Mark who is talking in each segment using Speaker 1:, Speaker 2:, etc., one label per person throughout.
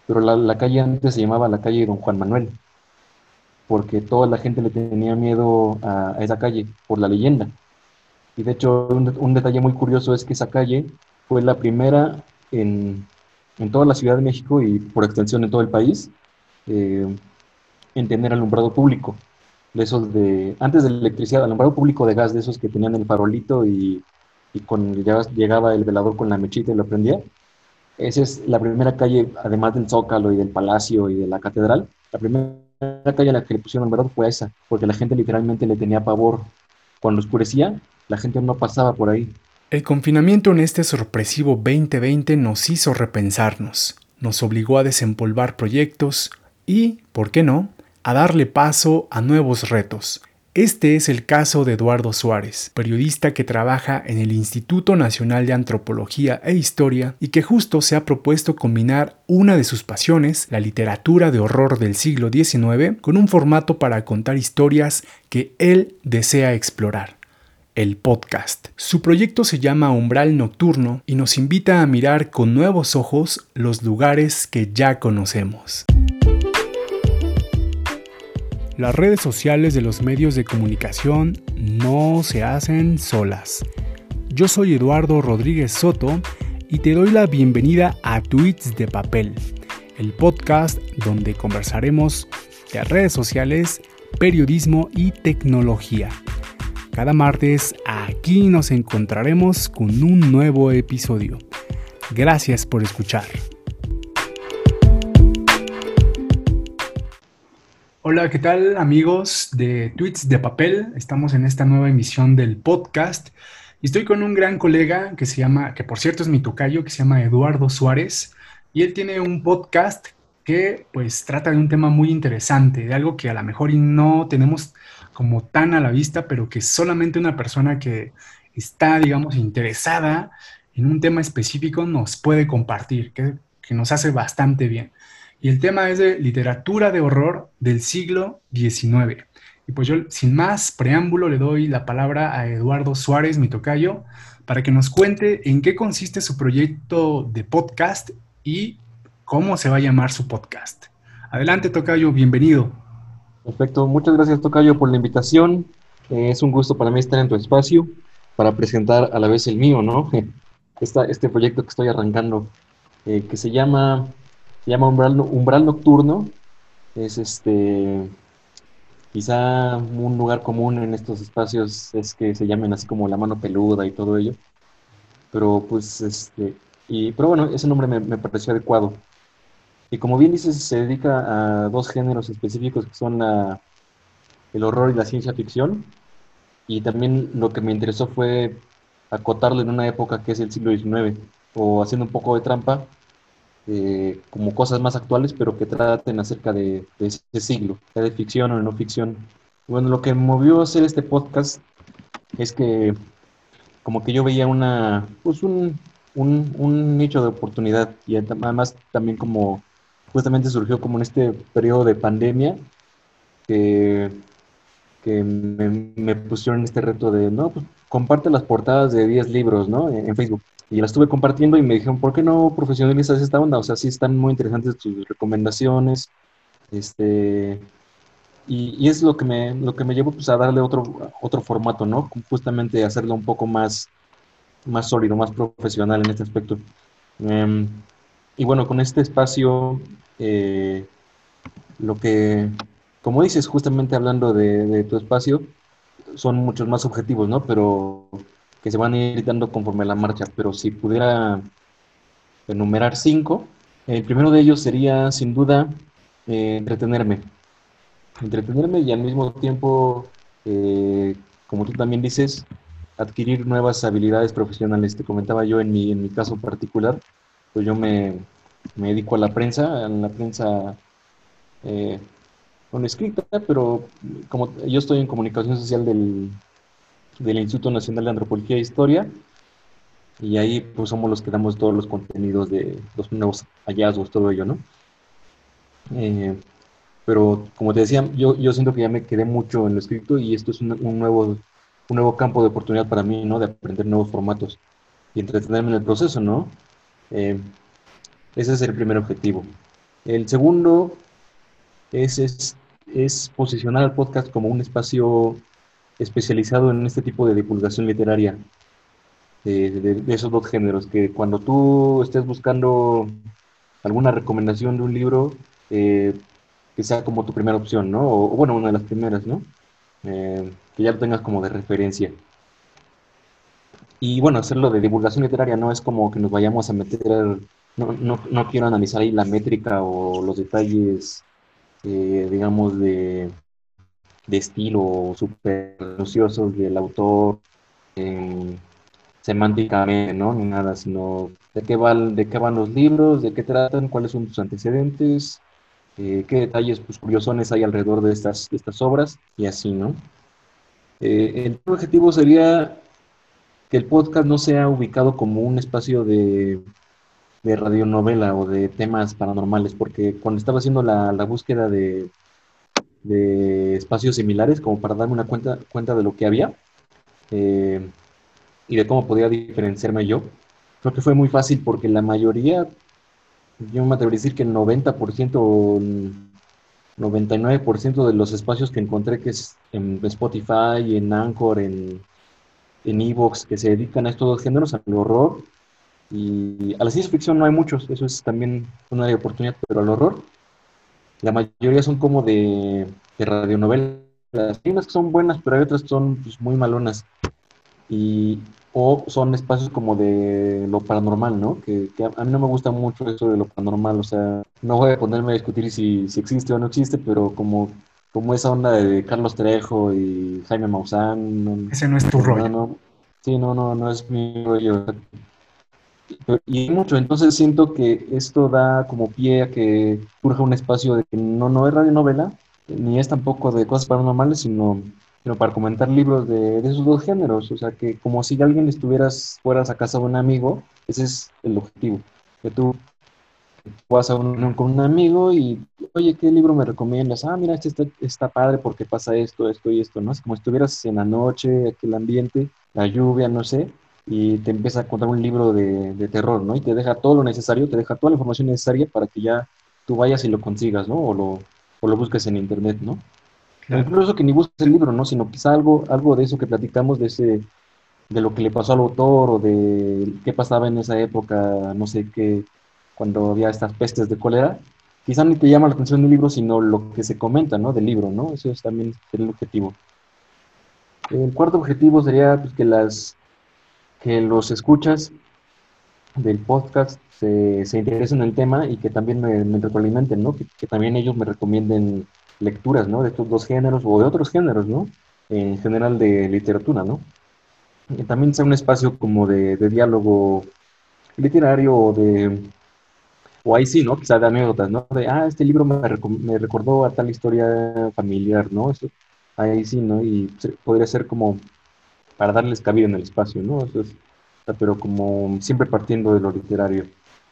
Speaker 1: pero la calle antes se llamaba la calle Don Juan Manuel, porque toda la gente le tenía miedo a esa calle por la leyenda. Y de hecho, un detalle muy curioso es que esa calle fue la primera en, en toda la Ciudad de México y por extensión en todo el país, eh, en tener alumbrado público. De esos de, antes de la electricidad, alumbrado público de gas, de esos que tenían el farolito y con, llegaba el velador con la mechita y lo prendía. Esa es la primera calle, además del Zócalo y del Palacio y de la Catedral, la primera calle a la que le pusieron alumbrado fue esa, porque la gente literalmente le tenía pavor. Cuando oscurecía, la gente no pasaba por ahí.
Speaker 2: El confinamiento en este sorpresivo 2020 nos hizo repensarnos, nos obligó a desempolvar proyectos y, ¿por qué no?, a darle paso a nuevos retos. Este es el caso de Eduardo Suárez, periodista que trabaja en el Instituto Nacional de Antropología e Historia y que justo se ha propuesto combinar una de sus pasiones, la literatura de horror del siglo XIX, con un formato para contar historias que él desea explorar: el podcast. Su proyecto se llama Umbral Nocturno y nos invita a mirar con nuevos ojos los lugares que ya conocemos. Las redes sociales de los medios de comunicación no se hacen solas. Yo soy Eduardo Rodríguez Soto y te doy la bienvenida a Tweets de Papel, el podcast donde conversaremos de redes sociales, periodismo y tecnología. Cada martes aquí nos encontraremos con un nuevo episodio. Gracias por escuchar. Hola, ¿qué tal amigos de Tweets de Papel? Estamos en esta nueva emisión del podcast y estoy con un gran colega que por cierto es mi tocayo, que se llama Eduardo Suárez, y él tiene un podcast que pues trata de un tema muy interesante, de algo que a lo mejor y no tenemos como tan a la vista, pero que solamente una persona que está, digamos, interesada en un tema específico nos puede compartir, que nos hace bastante bien. Y el tema es de literatura de horror del siglo XIX. Y pues yo, sin más preámbulo, le doy la palabra a Eduardo Suárez, mi tocayo, para que nos cuente en qué consiste su proyecto de podcast y cómo se va a llamar su podcast. Adelante, tocayo, bienvenido.
Speaker 1: Perfecto, muchas gracias Tocayo por la invitación. Es un gusto para mí estar en tu espacio para presentar a la vez el mío, ¿no? Este proyecto que estoy arrancando, que se llama Umbral Nocturno. Es quizá un lugar común en estos espacios es que se llamen así como la mano peluda y todo ello, pero pues pero bueno, ese nombre me pareció adecuado. Y como bien dices, se dedica a dos géneros específicos que son el horror y la ciencia ficción. Y también lo que me interesó fue acotarlo en una época que es el siglo XIX, o haciendo un poco de trampa, como cosas más actuales, pero que traten acerca de ese siglo, sea de ficción o de no ficción. Bueno, lo que me movió a hacer este podcast es que como que yo veía pues un nicho de oportunidad y además también como justamente surgió como en este periodo de pandemia que me pusieron este reto de, no, pues comparte las portadas de 10 libros, ¿no? En Facebook. Y las estuve compartiendo y me dijeron, ¿por qué no profesionalizas esta onda? O sea, sí están muy interesantes tus recomendaciones, este, y es lo que me llevó pues, a darle otro formato, ¿no? Justamente hacerlo un poco más sólido, más profesional en este aspecto. Em, y bueno, con este espacio, lo que, como dices, justamente hablando de tu espacio, son muchos más objetivos, ¿no? Pero que se van a ir dando conforme a la marcha. Pero si pudiera enumerar cinco, el primero de ellos sería, sin duda, entretenerme. Entretenerme y al mismo tiempo, eh, como tú también dices, adquirir nuevas habilidades profesionales. Te comentaba yo en mi caso particular, pues yo me dedico a la prensa eh, bueno, escrita, pero como yo estoy en comunicación social del Instituto Nacional de Antropología e Historia, y ahí pues somos los que damos todos los contenidos de los nuevos hallazgos, todo ello, ¿no? Eh, pero como te decía, yo siento que ya me quedé mucho en lo escrito y esto es un nuevo campo de oportunidad para mí, ¿no? De aprender nuevos formatos y entretenerme en el proceso, ¿no? Eh, Ese es el primer objetivo. El segundo es, es, es posicionar al podcast como un espacio especializado en este tipo de divulgación literaria de esos dos géneros, que cuando tú estés buscando alguna recomendación de un libro, eh, que sea como tu primera opción, ¿no? O bueno, una de las primeras, ¿no? Que ya lo tengas como de referencia. Y bueno, hacerlo de divulgación literaria no es como que nos vayamos a meter, no quiero analizar ahí la métrica o los detalles, digamos, de estilo súper minuciosos del autor, eh, semánticamente, ¿no? Ni nada, sino de qué van los libros, de qué tratan, cuáles son sus antecedentes, qué detalles pues, curiosones hay alrededor de estas obras y así, ¿no? El objetivo sería que el podcast no sea ubicado como un espacio de radionovela o de temas paranormales, porque cuando estaba haciendo la búsqueda de espacios similares, como para darme una cuenta de lo que había eh, y de cómo podía diferenciarme yo, creo que fue muy fácil porque la mayoría, yo me atrevería a decir que el 90% o el 99% de los espacios que encontré, que es en Spotify, en Anchor, en Evox, que se dedican a estos dos géneros, al horror y a la ciencia ficción no hay muchos, eso es también una área de oportunidad, pero al horror, la mayoría son como de radionovelas. Hay unas que son buenas, pero hay otras que son pues, muy malonas. Y, o son espacios como de lo paranormal, ¿no? Que a mí no me gusta mucho eso de lo paranormal, o sea, no voy a ponerme a discutir si existe o no existe, pero como esa onda de Carlos Trejo y Jaime Maussan, no,
Speaker 2: Ese no es tu
Speaker 1: no,
Speaker 2: rollo.
Speaker 1: no, sí, no es mi rollo. Y hay mucho, entonces siento que esto da como pie a que surja un espacio de que no es radionovela, ni es tampoco de cosas paranormales, sino para comentar libros de esos dos géneros. O sea, que como si alguien fueras a casa de un amigo, ese es el objetivo. Que tú vas a una reunión con un amigo y, oye, ¿qué libro me recomiendas? Ah, mira, este está padre porque pasa esto y esto, ¿no? Es como si estuvieras en la noche, aquel ambiente, la lluvia, no sé, y te empieza a contar un libro de terror, ¿no? Y te deja todo lo necesario, te deja toda la información necesaria para que ya tú vayas y lo consigas, ¿no? O lo busques en internet, ¿no? O
Speaker 2: Claro.
Speaker 1: incluso que ni busques el libro, ¿no? Sino quizá algo de eso que platicamos, de lo que le pasó al autor o de qué pasaba en esa época, no sé qué, cuando había estas pestes de cólera, quizá ni te llama la atención del libro, sino lo que se comenta, ¿no? Del libro, ¿no? Eso es también el objetivo. El cuarto objetivo sería pues, que los escuchas del podcast se interesen en el tema y que también me retroalimenten, ¿no? Que también ellos me recomienden lecturas, ¿no? De estos dos géneros o de otros géneros, ¿no? En general de literatura, ¿no? Que también sea un espacio como de diálogo literario o ahí sí, ¿no? Quizá de anécdotas, ¿no? Este libro me recordó a tal historia familiar, ¿no? Eso, ahí sí, ¿no? Y podría ser como para darles cabida en el espacio, ¿no? Eso es, o sea, pero como siempre partiendo de lo literario.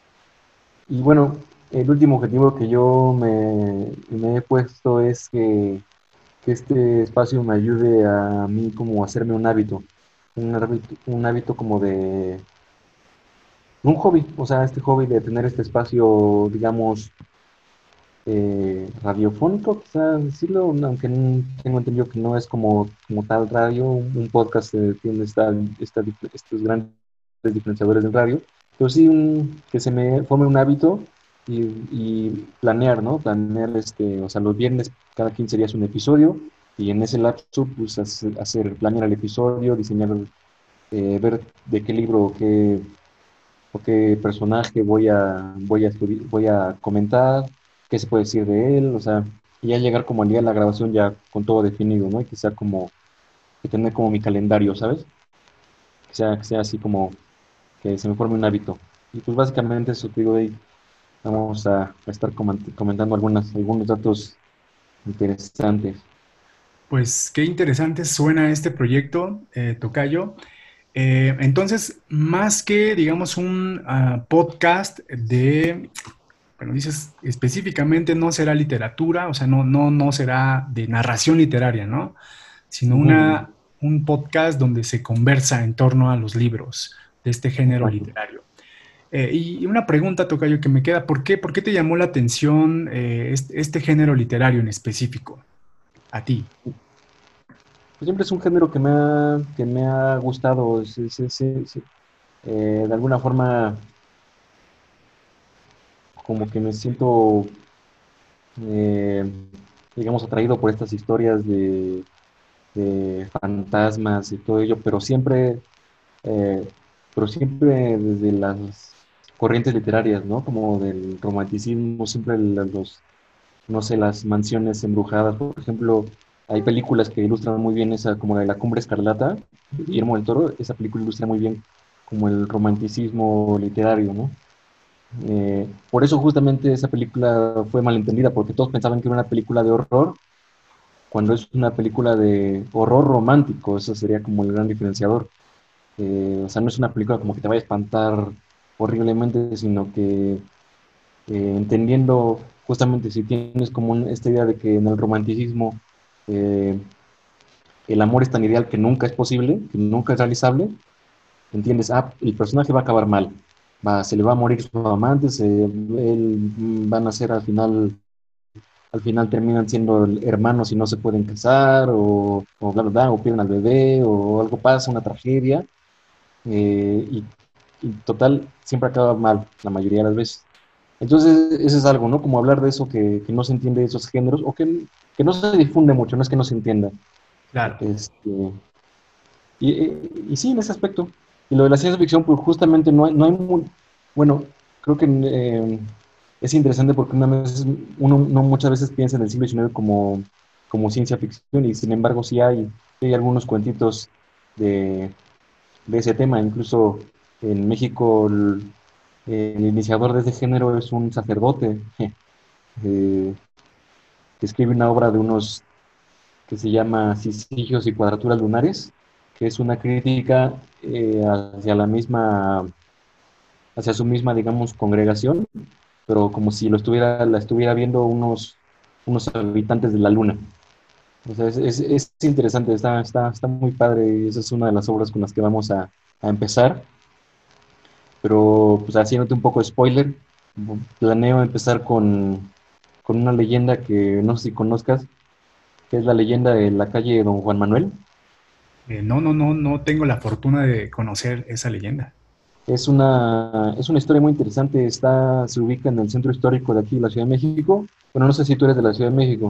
Speaker 1: Y bueno, el último objetivo que yo me he puesto es que este espacio me ayude a mí como a hacerme un hábito como de un hobby, o sea, este hobby de tener este espacio, digamos, radiofónico, quizás decirlo, aunque tengo entendido que no es como tal radio, un podcast tiene estos grandes diferenciadores del radio, pero sí que se me forme un hábito y planear, ¿no? Planear, o sea, los viernes cada 15 días un episodio y en ese lapso, pues, planear el episodio, diseñar, ver de qué libro o qué personaje voy a comentar, qué se puede decir de él, o sea, y ya llegar como al día de la grabación ya con todo definido, ¿no? Y que sea como, que tener como mi calendario, ¿sabes? Que sea así como que se me forme un hábito. Y pues básicamente eso te digo, ahí vamos a estar comentando algunos datos interesantes.
Speaker 2: Pues qué interesante suena este proyecto, Tocayo. Entonces, más que, digamos, un podcast bueno, dices específicamente no será literatura, o sea, no será de narración literaria, ¿no? Sino
Speaker 1: Ujú,
Speaker 2: un podcast donde se conversa en torno a los libros de este género
Speaker 1: exacto.
Speaker 2: literario. Y una pregunta, tocayo, que me queda, por qué te llamó la atención este género literario en específico, a ti?
Speaker 1: Pues siempre es un género que me ha gustado. De alguna forma, como que me siento, eh, digamos, atraído por estas historias de fantasmas y todo ello, eh, pero siempre desde las corrientes literarias, ¿no? Como del romanticismo, siempre no sé, las mansiones embrujadas, por ejemplo, hay películas que ilustran muy bien esa, como la de La Cumbre Escarlata, de Guillermo del Toro, esa película ilustra muy bien como el romanticismo literario, ¿no? Por eso justamente esa película fue malentendida, porque todos pensaban que era una película de horror, cuando es una película de horror romántico, eso sería como el gran diferenciador. O sea, no es una película como que te vaya a espantar horriblemente, sino que entendiendo justamente si tienes como esta idea de que en el romanticismo eh, el amor es tan ideal que nunca es posible, que nunca es realizable, entiendes, el personaje va a acabar mal, se le va a morir su amante, van a ser al final terminan siendo hermanos y no se pueden casar, o bla, bla, bla, o pierden al bebé, o algo pasa, una tragedia, eh, y, y total, siempre acaba mal, la mayoría de las veces. Entonces, eso es algo, ¿no? Como hablar de eso que no se entiende de esos géneros, o que no se difunde mucho, no es que no se entienda.
Speaker 2: Claro.
Speaker 1: Este, y sí, en ese aspecto. Y lo de la ciencia ficción, pues justamente bueno, creo que es interesante porque uno no muchas veces piensa en el siglo XIX como ciencia ficción, y sin embargo sí hay algunos cuentitos de, de ese tema. Incluso en México el iniciador de ese género es un sacerdote eh, que escribe una obra que se llama Cisigios y Cuadraturas Lunares, que es una crítica hacia hacia su misma, digamos, congregación, pero como si la estuviera viendo unos habitantes de la luna. O sea, es interesante, está muy padre, y esa es una de las obras con las que vamos a empezar. Pero pues haciéndote un poco de spoiler, planeo empezar con una leyenda que no sé si conozcas, que es la leyenda de la calle Don Juan Manuel.
Speaker 2: No tengo la fortuna de conocer esa leyenda.
Speaker 1: Es una historia muy interesante, se ubica en el centro histórico de aquí, de la Ciudad de México. Bueno, no sé si tú eres de la Ciudad de México.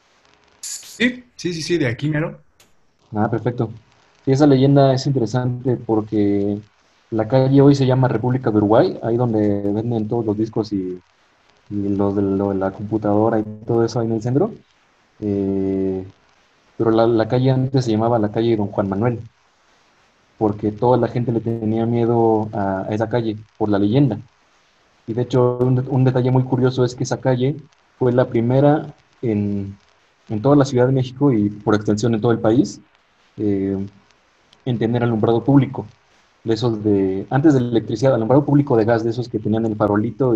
Speaker 2: Sí, de aquí mero.
Speaker 1: Ah, perfecto. Y esa leyenda es interesante porque la calle hoy se llama República de Uruguay, ahí donde venden todos los discos y lo de la computadora y todo eso ahí en el centro. Eh, pero la calle antes se llamaba la calle Don Juan Manuel, porque toda la gente le tenía miedo a esa calle por la leyenda. Y de hecho, un detalle muy curioso es que esa calle fue la primera en toda la Ciudad de México y por extensión en todo el país eh, en tener alumbrado público. Antes de la electricidad, alumbrado público de gas, de esos que tenían el farolito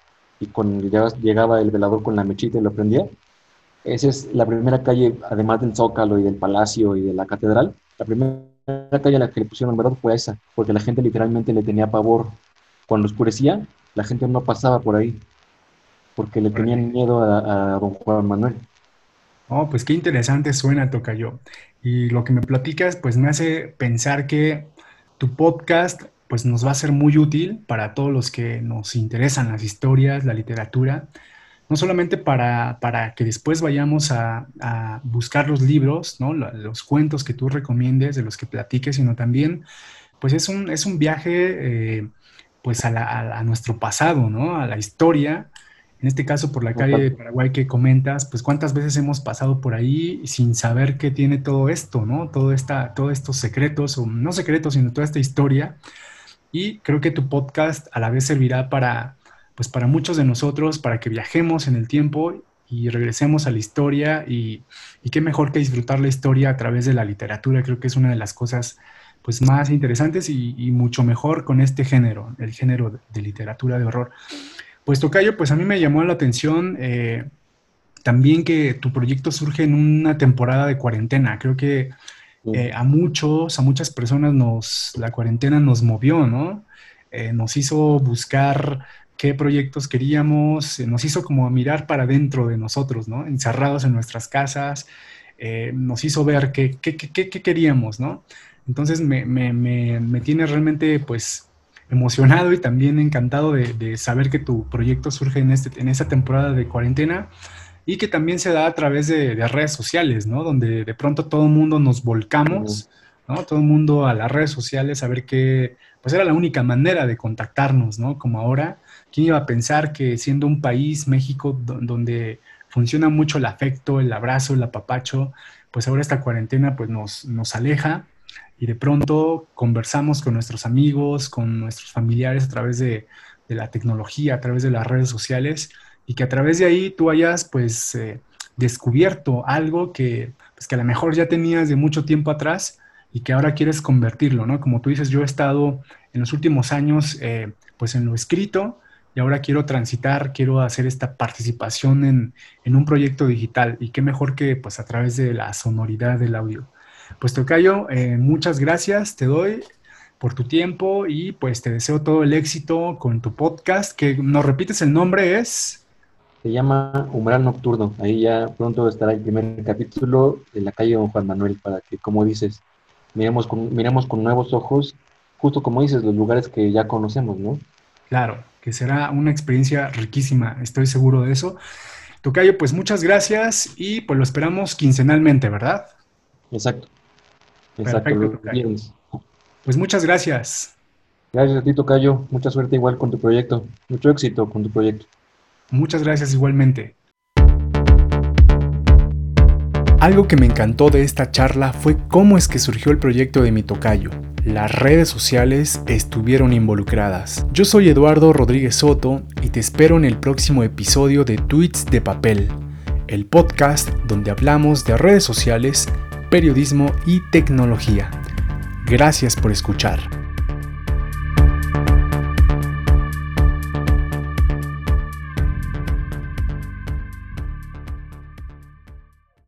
Speaker 1: y llegaba el velador con la mechita y lo prendía. Esa es la primera calle, además del Zócalo y del Palacio y de la Catedral. La primera calle a la que le pusieron alumbrado fue esa, porque la gente literalmente le tenía pavor. Cuando oscurecía, la gente no pasaba por ahí, porque le
Speaker 2: Órale.
Speaker 1: tenían miedo a don Juan Manuel.
Speaker 2: Oh, pues qué interesante suena, tocayo. Y lo que me platicas, pues me hace pensar que tu podcast, pues nos va a ser muy útil para todos los que nos interesan las historias, la literatura, no solamente para que después vayamos a buscar los libros, ¿no? Los cuentos que tú recomiendes, de los que platiques, sino también, pues es un viaje, pues a nuestro pasado, ¿no? A la historia. En este caso, por la
Speaker 1: No,
Speaker 2: calle de Paraguay que comentas, pues cuántas veces hemos pasado por ahí sin saber qué tiene todo esto, ¿no? Todos estos secretos, o no secretos, sino toda esta historia. Y creo que tu podcast a la vez servirá pues para muchos de nosotros, para que viajemos en el tiempo y regresemos a la historia y qué mejor que disfrutar la historia a través de la literatura. Creo que es una de las cosas pues más interesantes y mucho mejor con este género, el género de literatura de horror. Pues Tocayo, pues a mí me llamó la atención también que tu proyecto surge en una temporada de cuarentena. Creo que
Speaker 1: sí,
Speaker 2: a muchas personas la cuarentena nos movió, ¿no? nos hizo buscar qué proyectos queríamos, nos hizo como mirar para dentro de nosotros, ¿no? Encerrados en nuestras casas, nos hizo ver qué queríamos, ¿no? Entonces me tiene realmente, pues, emocionado y también encantado de saber que tu proyecto surge en esta temporada de cuarentena y que también se da a través de redes sociales, ¿no? Donde de pronto todo el mundo nos
Speaker 1: Mm,
Speaker 2: volcamos, ¿no? Todo el mundo a las redes sociales a ver que, pues era la única manera de contactarnos, ¿no? Como ahora, ¿quién iba a pensar que siendo un país, México, donde funciona mucho el afecto, el abrazo, el apapacho, pues ahora esta cuarentena pues nos aleja y de pronto conversamos con nuestros amigos, con nuestros familiares a través de la tecnología, a través de las redes sociales y que a través de ahí tú hayas pues descubierto algo que, pues, que a lo mejor ya tenías de mucho tiempo atrás y que ahora quieres convertirlo, ¿no? Como tú dices, yo he estado en los últimos años pues en lo escrito y ahora quiero transitar, quiero hacer esta participación en un proyecto digital y qué mejor que pues a través de la sonoridad del audio. Pues Tocayo, muchas gracias, te doy por tu tiempo y pues te deseo todo el éxito con tu podcast, que nos repites el nombre es...
Speaker 1: Se llama Umbral Nocturno. Ahí ya pronto estará el primer capítulo de la calle Don Juan Manuel para que, como dices, miremos con nuevos ojos, justo como dices, los lugares que ya conocemos, ¿no?
Speaker 2: Claro, que será una experiencia riquísima, estoy seguro de eso. Tocayo, pues muchas gracias y pues lo esperamos quincenalmente, ¿verdad?
Speaker 1: Exacto, exacto,
Speaker 2: Perfecto,
Speaker 1: los
Speaker 2: Tocayo.
Speaker 1: viernes.
Speaker 2: Pues muchas gracias.
Speaker 1: Gracias a ti, Tocayo. Mucha suerte igual con tu proyecto. Mucho éxito con tu proyecto.
Speaker 2: Muchas gracias igualmente. Algo que me encantó de esta charla fue cómo es que surgió el proyecto de Mi Tocayo. Las redes sociales estuvieron involucradas. Yo soy Eduardo Rodríguez Soto y te espero en el próximo episodio de Tweets de Papel, el podcast donde hablamos de redes sociales, periodismo y tecnología. Gracias por escuchar.